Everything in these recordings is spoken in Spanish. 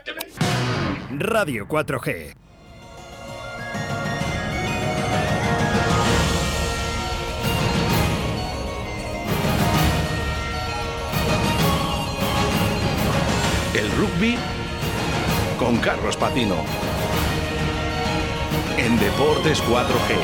Radio 4G. El rugby con Carlos Patino. En Deportes 4G.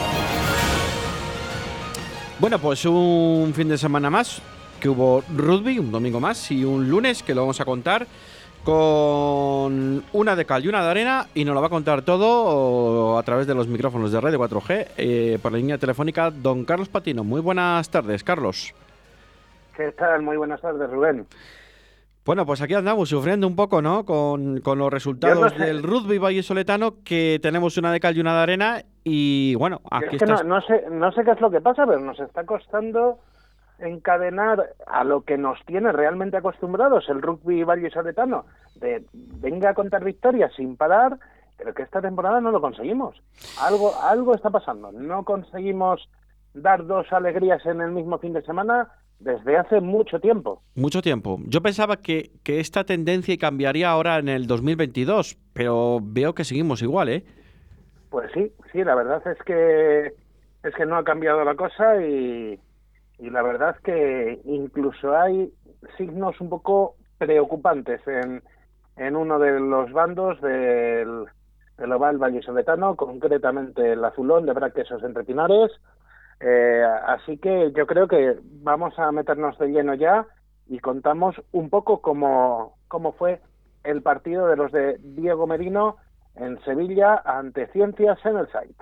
Bueno, pues un fin de semana más que hubo rugby, un domingo más y un lunes que lo vamos a contar con una de cal y una de arena, y nos lo va a contar todo a través de los micrófonos de Radio 4G por la línea telefónica don Carlos Patino. Muy buenas tardes, Carlos. ¿Qué tal? Muy buenas tardes, Rubén. Bueno, pues aquí andamos sufriendo un poco, ¿no? Con los resultados del rugby vallisoletano, que tenemos una de cal y una de arena, y bueno, aquí es que no sé qué es lo que pasa, pero nos está costando encadenar a lo que nos tiene realmente acostumbrados el rugby vallisoletano, de venga a contar victorias sin parar, pero que esta temporada no lo conseguimos. Algo está pasando. No conseguimos dar dos alegrías en el mismo fin de semana desde hace mucho tiempo. Mucho tiempo. Yo pensaba que esta tendencia cambiaría ahora en el 2022, pero veo que seguimos igual, ¿eh? Pues sí, la verdad es que no ha cambiado la cosa y la verdad que incluso hay signos un poco preocupantes en uno de los bandos del oval vallisoletano, concretamente el azulón de Braquesos Entre Pinares. Así que yo creo que vamos a meternos de lleno ya y contamos un poco cómo fue el partido de los de Diego Merino en Sevilla ante Ciencias Enerside.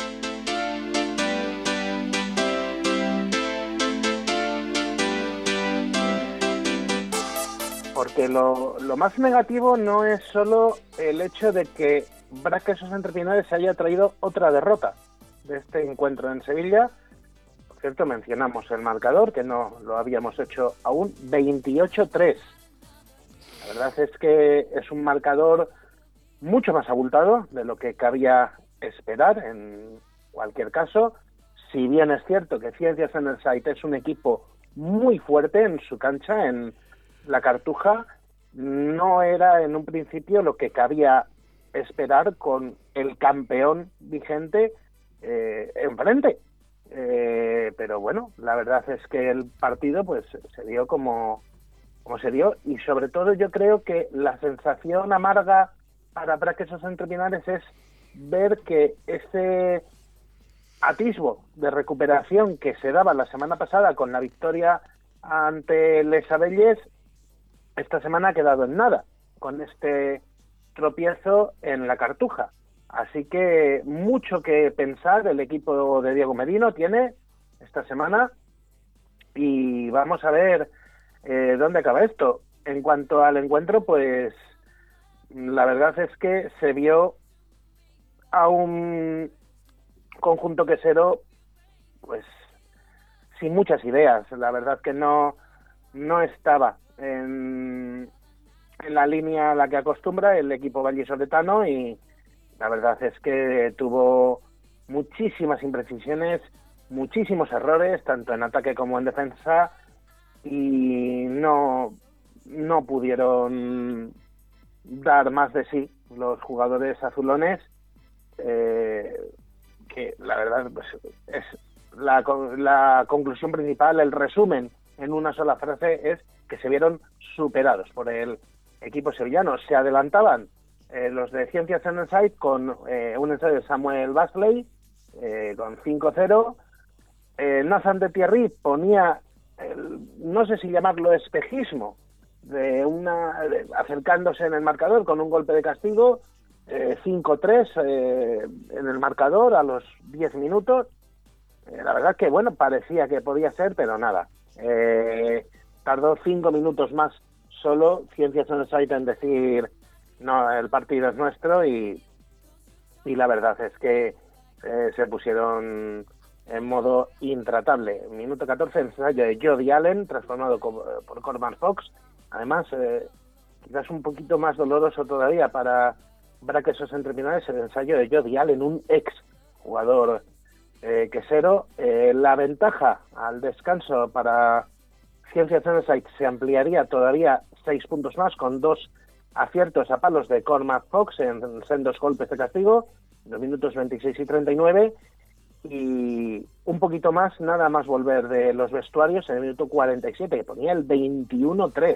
Porque lo más negativo no es solo el hecho de que Braquesos Entre Pinares se haya traído otra derrota de este encuentro en Sevilla. Por cierto, mencionamos el marcador, que no lo habíamos hecho aún, 28-3. La verdad es que es un marcador mucho más abultado de lo que cabía esperar en cualquier caso. Si bien es cierto que Ciencias Enerside es un equipo muy fuerte en su cancha, en la Cartuja, no era en un principio lo que cabía esperar con el campeón vigente enfrente. Pero bueno, la verdad es que el partido pues se dio como se dio, y sobre todo yo creo que la sensación amarga para Braquesos Entre Pinares es ver que ese atisbo de recuperación que se daba la semana pasada con la victoria ante Les Abelles, esta semana ha quedado en nada con este tropiezo en la Cartuja. Así que mucho que pensar el equipo de Diego Merino tiene esta semana, y vamos a ver dónde acaba esto. En cuanto al encuentro, pues la verdad es que se vio a un conjunto quesero pues sin muchas ideas. La verdad que no estaba en la línea a la que acostumbra el equipo vallisoletano, y la verdad es que tuvo muchísimas imprecisiones, muchísimos errores, tanto en ataque como en defensa, y no pudieron dar más de sí los jugadores azulones, que la verdad pues es la conclusión principal, el resumen en una sola frase es que se vieron superados por el equipo sevillano. Se adelantaban los de Ciencias Enerside con un ensayo de Samuel Basley con 5-0. Nathan de Thierry ponía no sé si llamarlo espejismo acercándose en el marcador con un golpe de castigo, 5-3 en el marcador a los 10 minutos. La verdad que bueno, parecía que podía ser, pero nada. Tardó 5 minutos más solo Ciencias Enerside en decir no, el partido es nuestro, y la verdad es que se pusieron en modo intratable. Minuto 14, ensayo de Jody Allen, transformado por Corman Fox. Además, quizás un poquito más doloroso todavía para Braquesos Entre Pinares, el ensayo de Jody Allen, un ex jugador quesero. La ventaja al descanso para Ciencias Enerside se ampliaría todavía 6 puntos más, con 2 aciertos a palos de Cormac Fox en sendos golpes de castigo, en los minutos 26 y 39, y un poquito más, nada más volver de los vestuarios en el minuto 47, que ponía el 21-3.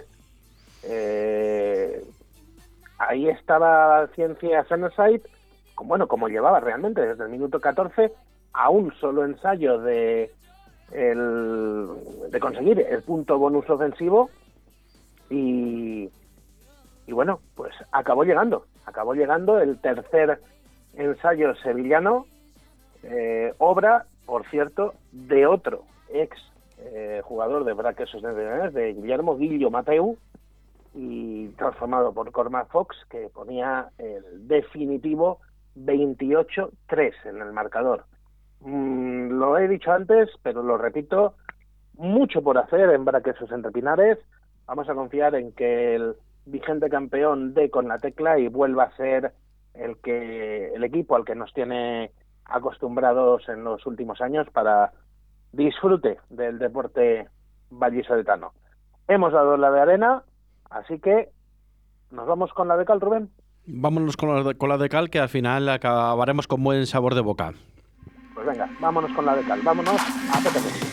Ahí estaba Ciencia Sunnyside, como llevaba realmente desde el minuto 14, a un solo ensayo de conseguir el punto bonus ofensivo, y bueno, pues acabó llegando el tercer ensayo sevillano, obra, por cierto, de otro ex jugador de Braque Sosneñores, de Guillermo Guillo Mateu, y transformado por Cormac Fox, que ponía el definitivo 28-3 en el marcador. Lo he dicho antes, pero lo repito, mucho por hacer en Braquesos Entre Pinares. Vamos a confiar en que el vigente campeón dé con la tecla y vuelva a ser el equipo al que nos tiene acostumbrados en los últimos años para disfrute del deporte vallisoletano. Hemos dado la de arena, así que nos vamos con la de cal, Rubén. Vámonos con la de cal, que al final acabaremos con buen sabor de boca. Pues venga, vámonos con la de cal, vámonos a PTP.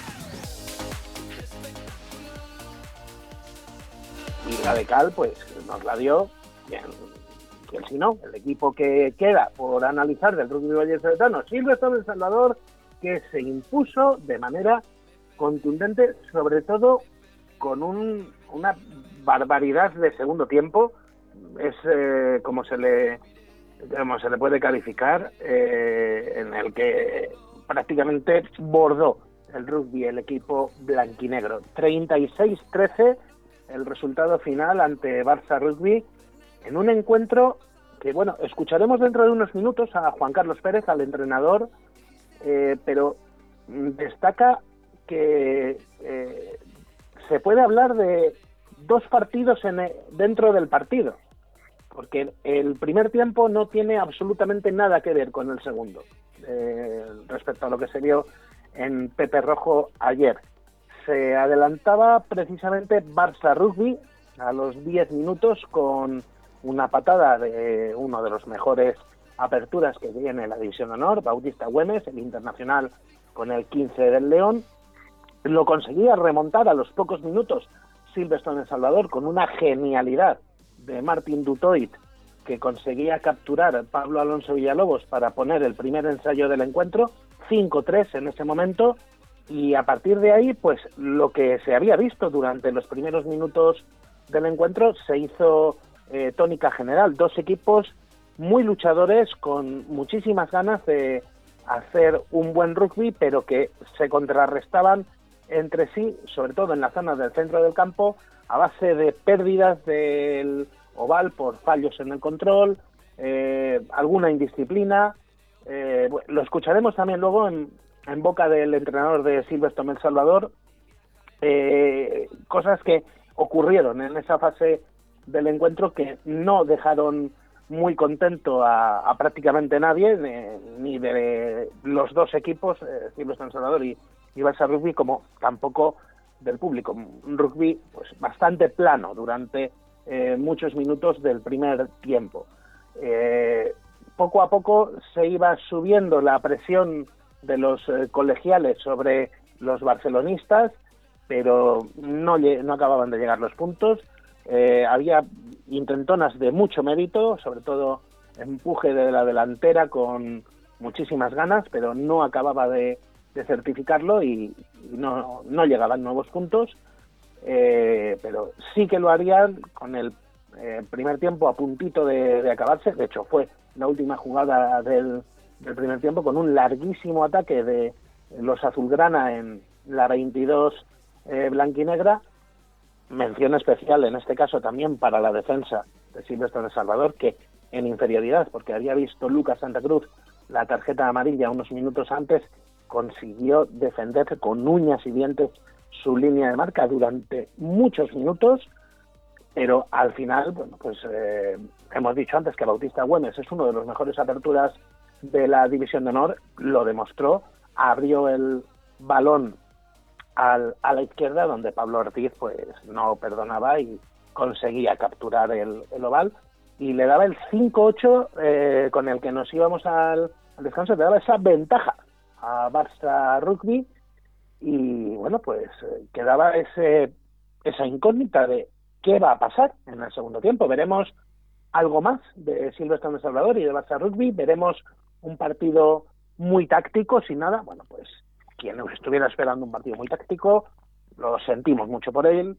Y la de cal, pues nos la dio quien si no, el equipo que queda por analizar del rugby vallisoletano, Silverstone El Salvador, que se impuso de manera contundente, sobre todo con una barbaridad de segundo tiempo. Es como se le puede calificar, en el que prácticamente bordó el rugby el equipo blanquinegro. 36-13 el resultado final ante Barça Rugby, en un encuentro que, bueno, escucharemos dentro de unos minutos a Juan Carlos Pérez, al entrenador, pero destaca que se puede hablar de dos partidos dentro del partido, porque el primer tiempo no tiene absolutamente nada que ver con el segundo, respecto a lo que se vio en Pepe Rojo ayer. Se adelantaba precisamente Barça Rugby a los 10 minutos con una patada de uno de los mejores aperturas que tiene la División de Honor, Bautista Güemes, el internacional con el 15 del León. Lo conseguía remontar a los pocos minutos Silverstone El Salvador con una genialidad de Martin Dutoit, que conseguía capturar a Pablo Alonso Villalobos para poner el primer ensayo del encuentro, 5-3 en ese momento, y a partir de ahí, pues lo que se había visto durante los primeros minutos del encuentro se hizo tónica general. Dos equipos muy luchadores, con muchísimas ganas de hacer un buen rugby, pero que se contrarrestaban entre sí, sobre todo en la zona del centro del campo, a base de pérdidas del oval por fallos en el control, alguna indisciplina. Lo escucharemos también luego en boca del entrenador de Silverstone El Salvador, cosas que ocurrieron en esa fase del encuentro que no dejaron muy contento a prácticamente nadie, ni de los dos equipos, Silverstone El Salvador y Barça Rugby, como tampoco del público. Un rugby pues bastante plano durante muchos minutos del primer tiempo. Poco a poco se iba subiendo la presión de los colegiales sobre los barcelonistas, pero no acababan de llegar los puntos. Había intentonas de mucho mérito, sobre todo empuje de la delantera con muchísimas ganas, pero no acababa de certificarlo y no llegaban nuevos puntos, pero sí que lo harían con el primer tiempo a puntito de acabarse. De hecho, fue la última jugada del primer tiempo, con un larguísimo ataque de los azulgrana en la 22 blanquinegra. Mención especial en este caso también para la defensa de Silverstone El Salvador, que en inferioridad, porque había visto Lucas Santa Cruz la tarjeta amarilla unos minutos antes, consiguió defender con uñas y dientes su línea de marca durante muchos minutos, pero al final, bueno, pues hemos dicho antes que Bautista Güemes es uno de los mejores aperturas de la División de Honor, lo demostró, abrió el balón a la izquierda, donde Pablo Ortiz pues no perdonaba y conseguía capturar el oval y le daba el 5-8 con el que nos íbamos al descanso, le daba esa ventaja a Barça Rugby y bueno, pues quedaba esa incógnita de qué va a pasar en el segundo tiempo. Veremos algo más de Silverstone de Salvador y de Barça Rugby, veremos un partido muy táctico, sin nada. Bueno, pues quien estuviera esperando un partido muy táctico, lo sentimos mucho por él,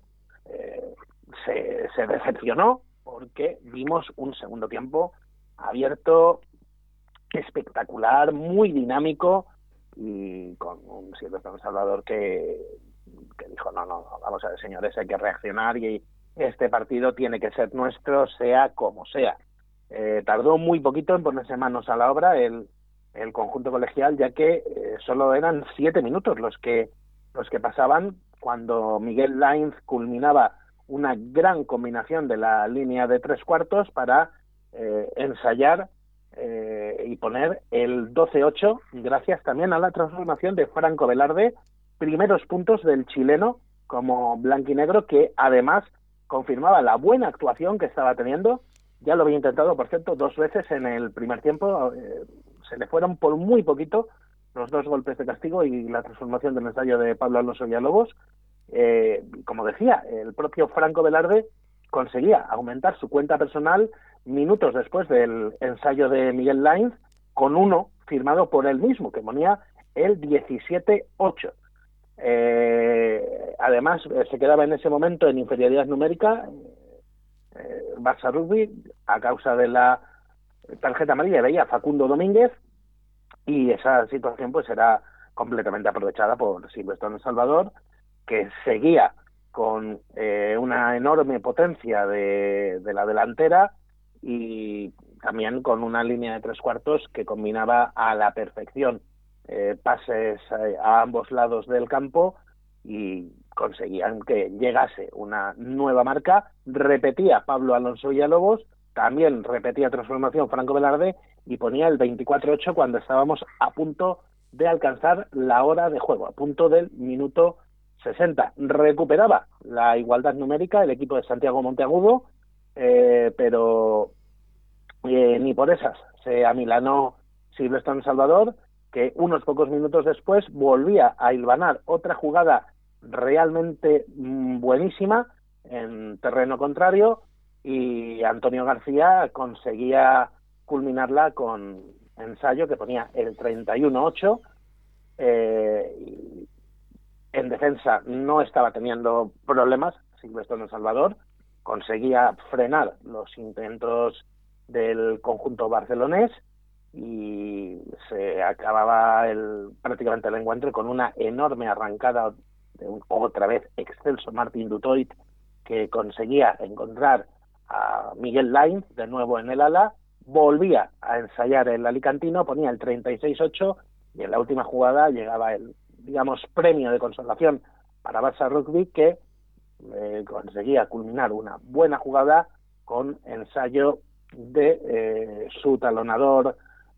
se decepcionó porque vimos un segundo tiempo abierto, espectacular, muy dinámico y con un Silverstone Salvador que dijo no, vamos a ver, señores, hay que reaccionar y este partido tiene que ser nuestro, sea como sea. Tardó muy poquito en ponerse manos a la obra el conjunto colegial, ya que solo eran 7 minutos los que pasaban cuando Miguel Lainz culminaba una gran combinación de la línea de 3/4 para ensayar y poner el 12-8, gracias también a la transformación de Franco Velarde, primeros puntos del chileno como blanquinegro, que además confirmaba la buena actuación que estaba teniendo. Ya lo había intentado, por cierto, 2 veces en el primer tiempo, se le fueron por muy poquito los 2 golpes de castigo y la transformación del ensayo de Pablo Alonso Villalobos. Como decía, el propio Franco Velarde conseguía aumentar su cuenta personal minutos después del ensayo de Miguel Lainz, con uno firmado por él mismo, que ponía el 17-8. Además, se quedaba en ese momento en inferioridad numérica Barça Rugby a causa de la tarjeta amarilla. Veía Facundo Domínguez y esa situación pues era completamente aprovechada por Silverstone Salvador, que seguía con una enorme potencia de la delantera y también con una línea de 3/4 que combinaba a la perfección pases a ambos lados del campo y conseguían que llegase una nueva marca. Repetía Pablo Alonso Villalobos, también repetía transformación Franco Velarde y ponía el 24-8 cuando estábamos a punto de alcanzar la hora de juego, a punto del minuto 60. Recuperaba la igualdad numérica el equipo de Santiago Monteagudo, pero ni por esas se amilanó Silverstone Salvador, que unos pocos minutos después volvía a hilvanar otra jugada realmente buenísima en terreno contrario y Antonio García conseguía culminarla con ensayo que ponía el 31-8. En defensa no estaba teniendo problemas Silverstone Salvador, conseguía frenar los intentos del conjunto barcelonés y se acababa prácticamente el encuentro con una enorme arrancada de otra vez excelso Martin Dutoit, que conseguía encontrar a Miguel Lainz de nuevo en el ala, volvía a ensayar el alicantino, ponía el 36-8 y en la última jugada llegaba el, digamos, premio de consolación para Barça Rugby, que conseguía culminar una buena jugada con ensayo de su talonador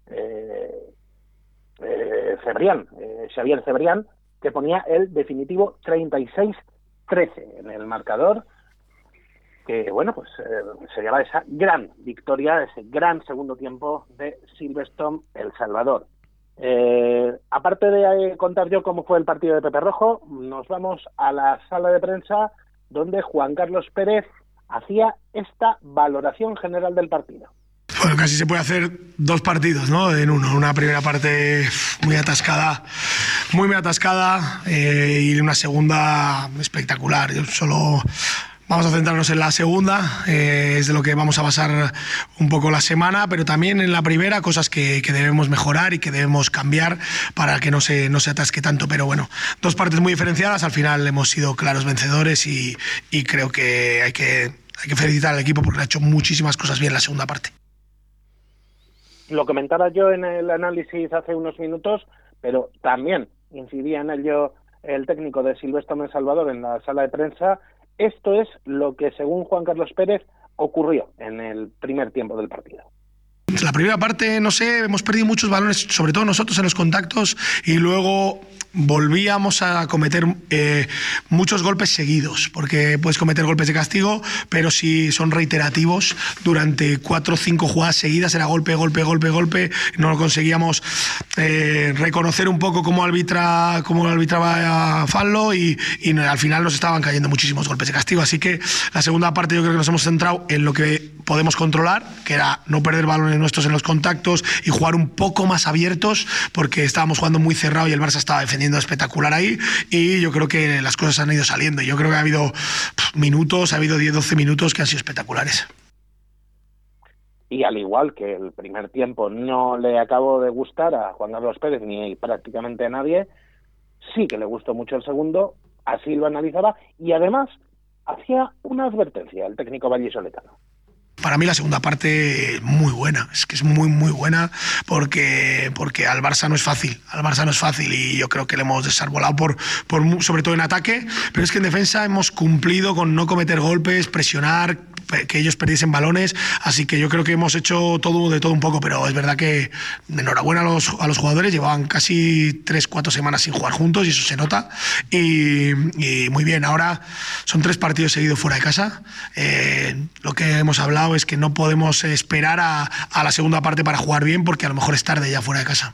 Xavier Cebrián, que ponía el definitivo 36-13 en el marcador, que bueno, pues se lleva esa gran victoria, ese gran segundo tiempo de Silverstone El Salvador. Aparte de contar yo cómo fue el partido de Pepe Rojo, nos vamos a la sala de prensa donde Juan Carlos Pérez hacía esta valoración general del partido. Bueno, casi se puede hacer 2 partidos, ¿no? En uno. Una primera parte muy atascada y una segunda espectacular. Vamos a centrarnos en la segunda, es de lo que vamos a basar un poco la semana, pero también en la primera cosas que debemos mejorar y que debemos cambiar para que no se atasque tanto. Pero bueno, 2 partes muy diferenciadas, al final hemos sido claros vencedores y creo que hay que felicitar al equipo porque ha hecho muchísimas cosas bien en la segunda parte. Lo comentaba yo en el análisis hace unos minutos, pero también incidía en ello el técnico de Silverstone El Salvador en la sala de prensa. Esto es lo que, según Juan Carlos Pérez, ocurrió en el primer tiempo del partido. La primera parte, no sé, hemos perdido muchos balones, sobre todo nosotros en los contactos, y luego volvíamos a cometer muchos golpes seguidos, porque puedes cometer golpes de castigo, pero si son reiterativos durante 4 o 5 jugadas seguidas, era golpe, golpe, golpe, golpe, no lo conseguíamos reconocer un poco cómo arbitraba Fallo, y al final nos estaban cayendo muchísimos golpes de castigo. Así que la segunda parte yo creo que nos hemos centrado en lo que podemos controlar, que era no perder balones nuestros en los contactos y jugar un poco más abiertos, porque estábamos jugando muy cerrado y el Barça estaba defendiendo espectacular ahí, y yo creo que las cosas han ido saliendo. Yo creo que ha habido minutos, ha habido 10-12 minutos que han sido espectaculares. Y al igual que el primer tiempo no le acabó de gustar a Juan Carlos Pérez ni prácticamente a nadie, sí que le gustó mucho el segundo, así lo analizaba, y además hacía una advertencia el técnico vallisoletano. Para mí la segunda parte muy buena, es que es muy muy buena, porque al Barça no es fácil, y yo creo que le hemos desarbolado sobre todo en ataque, pero es que en defensa hemos cumplido con no cometer golpes, presionar, que ellos perdiesen balones, así que yo creo que hemos hecho de todo un poco, pero es verdad que enhorabuena a los jugadores, llevaban casi 3-4 semanas sin jugar juntos y eso se nota, y muy bien. Ahora son 3 partidos seguidos fuera de casa, lo que hemos hablado es que no podemos esperar a la segunda parte para jugar bien, porque a lo mejor es tarde ya fuera de casa.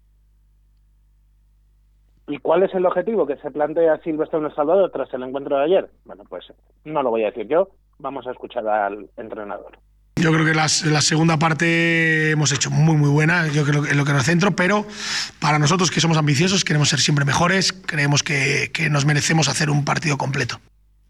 ¿Y cuál es el objetivo que se plantea Silvestre en El Salvador tras el encuentro de ayer? Bueno, pues no lo voy a decir yo, vamos a escuchar al entrenador. Yo creo que la segunda parte hemos hecho muy muy buena, yo creo que en lo que nos centro, pero para nosotros que somos ambiciosos, queremos ser siempre mejores, creemos que nos merecemos hacer un partido completo.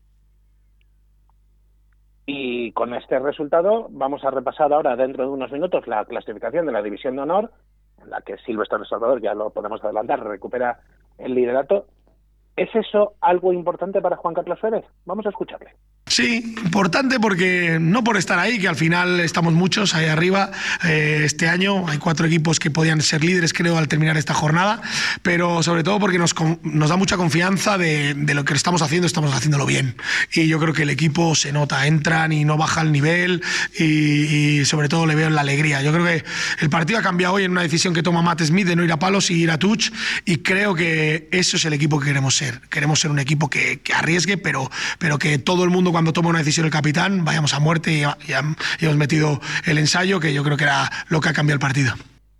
Y con este resultado vamos a repasar ahora, dentro de unos minutos, la clasificación de la División de Honor, en la que Silvestre El Salvador, ya lo podemos adelantar, recupera el liderato. ¿Es eso algo importante para Juan Carlos Pérez? Vamos a escucharle. Sí, importante, porque no por estar ahí, que al final estamos muchos ahí arriba. Este año hay 4 equipos que podían ser líderes, creo, al terminar esta jornada, pero sobre todo porque nos da mucha confianza de lo que estamos haciéndolo bien. Y yo creo que el equipo se nota, entran y no baja el nivel, y sobre todo le veo la alegría. Yo creo que el partido ha cambiado hoy en una decisión que toma Matt Smith de no ir a palos y ir a touch, y creo que eso es el equipo que queremos ser. Queremos ser un equipo que arriesgue, pero que todo el mundo, cuando toma una decisión el capitán, vayamos a muerte, y hemos metido el ensayo, que yo creo que era lo que ha cambiado el partido.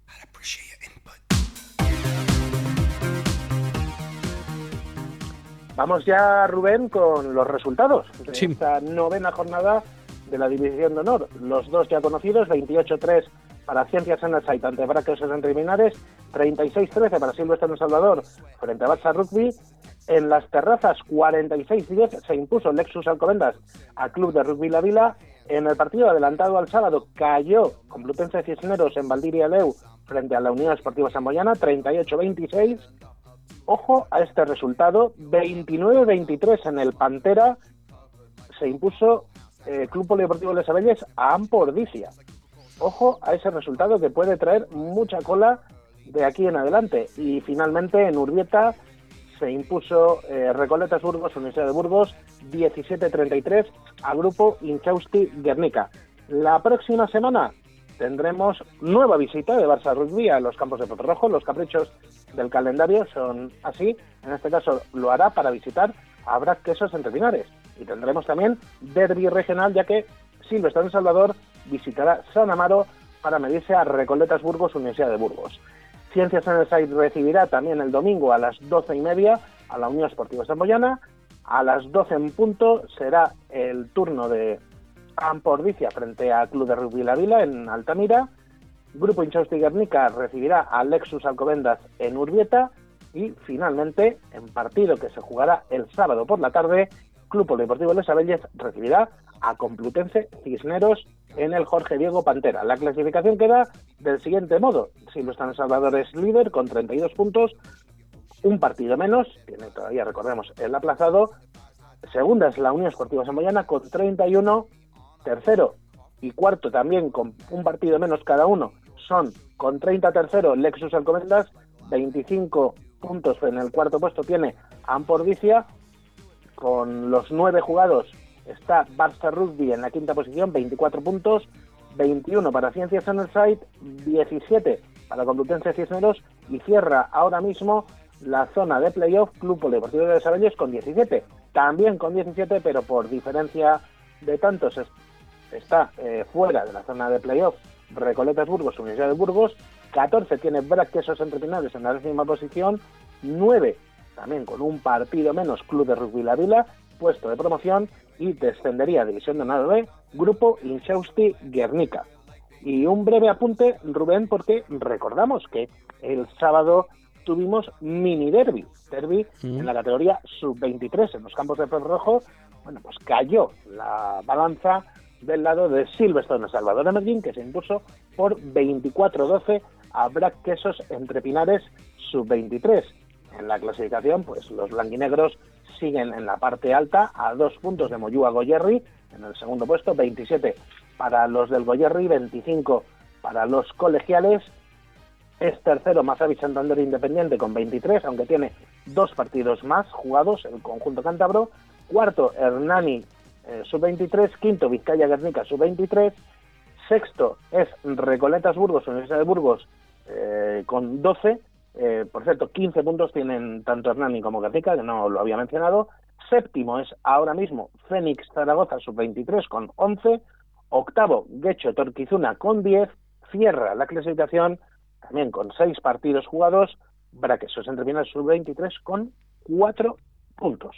Vamos ya, Rubén, con los resultados de Sí. esta 9ª jornada de la División de Honor. Los dos ya conocidos, 28-3 para Ciencias en el Site ante Braqueos entre Minares, 36-13 para Silvestre El Salvador frente a Barça Rugby. En las terrazas, 46-10 se impuso Lexus Alcobendas al Club de Rugby La Vila. En el partido adelantado al sábado cayó Complutense Cisneros en Valdiria Leu frente a la Unión Esportiva Samboyana, 38-26. Ojo a este resultado, 29-23 en el Pantera se impuso Club Polideportivo Les Abelles a Ampo Ordizia. Ojo a ese resultado, que puede traer mucha cola de aquí en adelante. Y finalmente en Urbieta se impuso Recoletas Burgos, Universidad de Burgos, 17-33 a Grupo Inchausti Guernica. La próxima semana tendremos nueva visita de Barça Rugby a los campos de Potorrojo. Los caprichos del calendario son así. En este caso lo hará para visitar a Braquesos entre Pinares. Y tendremos también derbi regional, ya que Silvestre El Salvador visitará San Amaro para medirse a Recoletas Burgos, Universidad de Burgos. Ciencias en el Site recibirá también el domingo a las 12:30 a la Unión Esportiva Samboyana. A las 12 en punto será el turno de Ampo Ordizia frente a Club de Rugby La Vila en Altamira. Grupo Inchausti Guernica recibirá a Lexus Alcobendas en Urbieta. Y finalmente, en partido que se jugará el sábado por la tarde, Club Polideportivo Les Abelles recibirá a Complutense Cisneros en el Jorge Diego Pantera. La clasificación queda del siguiente modo: Silvestre El Salvador es líder con 32 puntos, un partido menos, tiene todavía, recordemos, el aplazado. Segunda es la Unión Esportiva Samboyana con 31, tercero y cuarto también con un partido menos cada uno, son con 30 tercero Lexus Alcobendas, 25 puntos en el cuarto puesto tiene Ampo Ordizia. Con los 9 jugados está Barça Rugby en la quinta posición, 24 puntos, 21 para Ciencias Enerside, 17 para Complutense Cisneros y cierra ahora mismo la zona de playoff Club Polideportivo de Desarrollos con 17. También con 17, pero por diferencia de tantos está fuera de la zona de playoff Recoletas Burgos, Universidad de Burgos. 14 tiene Brac Quesos Entre Pinares en la 10ª posición. 9 también con un partido menos Club de Rugby La Vila, puesto de promoción, y descendería a División de Honor B, Grupo Inchausti Guernica. Y un breve apunte, Rubén, porque recordamos que el sábado tuvimos mini derbi en la categoría sub-23 en los campos de Pez Rojo. Bueno, pues cayó la balanza del lado de Silverstone Salvador Emergín, que se impuso por 24-12 a Brac Quesos Entre Pinares sub-23. En la clasificación, pues los blanquinegros siguen en la parte alta a 2 puntos de Moyúa Goyerri en el segundo puesto, 27 para los del Goyerri, 25 para los colegiales. Es tercero Mazavich Santander Independiente con 23, aunque tiene 2 partidos más jugados, el conjunto cántabro. Cuarto, Hernani sub-23, quinto, Vizcaya Guernica sub-23, sexto es Recoletas Burgos, Universidad de Burgos con 12. Por cierto, 15 puntos tienen tanto Hernani como Guernica, que no lo había mencionado. Séptimo es ahora mismo Fénix Zaragoza sub-23 con 11. Octavo, Guecho Torquizuna con 10. Cierra la clasificación también con 6 partidos jugados Brac Quesos Entre Pinares sub-23 con 4 puntos.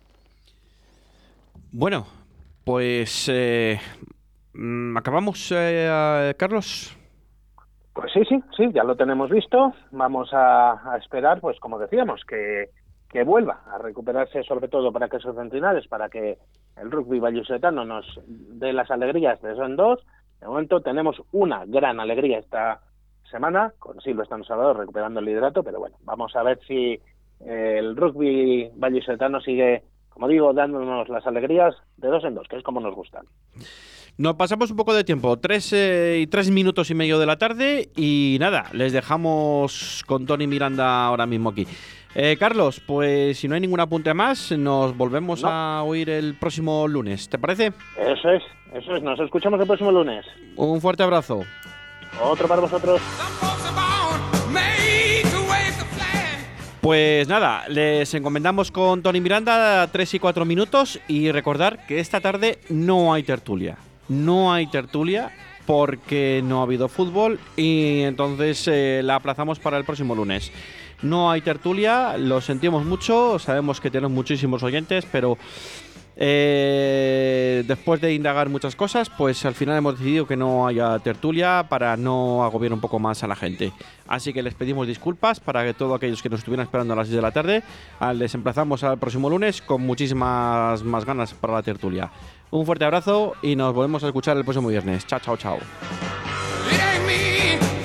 Bueno, pues acabamos, Carlos. Pues sí, ya lo tenemos visto. Vamos a esperar, pues como decíamos, que vuelva a recuperarse, sobre todo Brac Quesos Entre Pinares, para que el rugby vallisoletano nos dé las alegrías de Son 2. De momento tenemos una gran alegría esta semana, con Silverstone Salvador recuperando el liderato, pero bueno, vamos a ver si el rugby vallisoletano sigue, como digo, dándonos las alegrías de 2 en 2, que es como nos gustan. Nos pasamos un poco de tiempo, 3 minutos y medio de la tarde, y nada, les dejamos con Tony Miranda ahora mismo aquí. Carlos, pues si no hay ningún apunte más, nos volvemos a oír el próximo lunes, ¿te parece? Eso es, nos escuchamos el próximo lunes. Un fuerte abrazo. Otro para vosotros. Pues nada, les encomendamos con Tony Miranda 3 y 4 minutos, y recordar que esta tarde no hay tertulia. No hay tertulia porque no ha habido fútbol, y entonces la aplazamos para el próximo lunes. No hay tertulia, lo sentimos mucho, sabemos que tenemos muchísimos oyentes, pero después de indagar muchas cosas, pues al final hemos decidido que no haya tertulia para no agobiar un poco más a la gente. Así que les pedimos disculpas para que todos aquellos que nos estuvieran esperando a las 6 de la tarde. Les emplazamos al próximo lunes con muchísimas más ganas para la tertulia. Un fuerte abrazo y nos volvemos a escuchar el próximo viernes. Chao, chao, chao.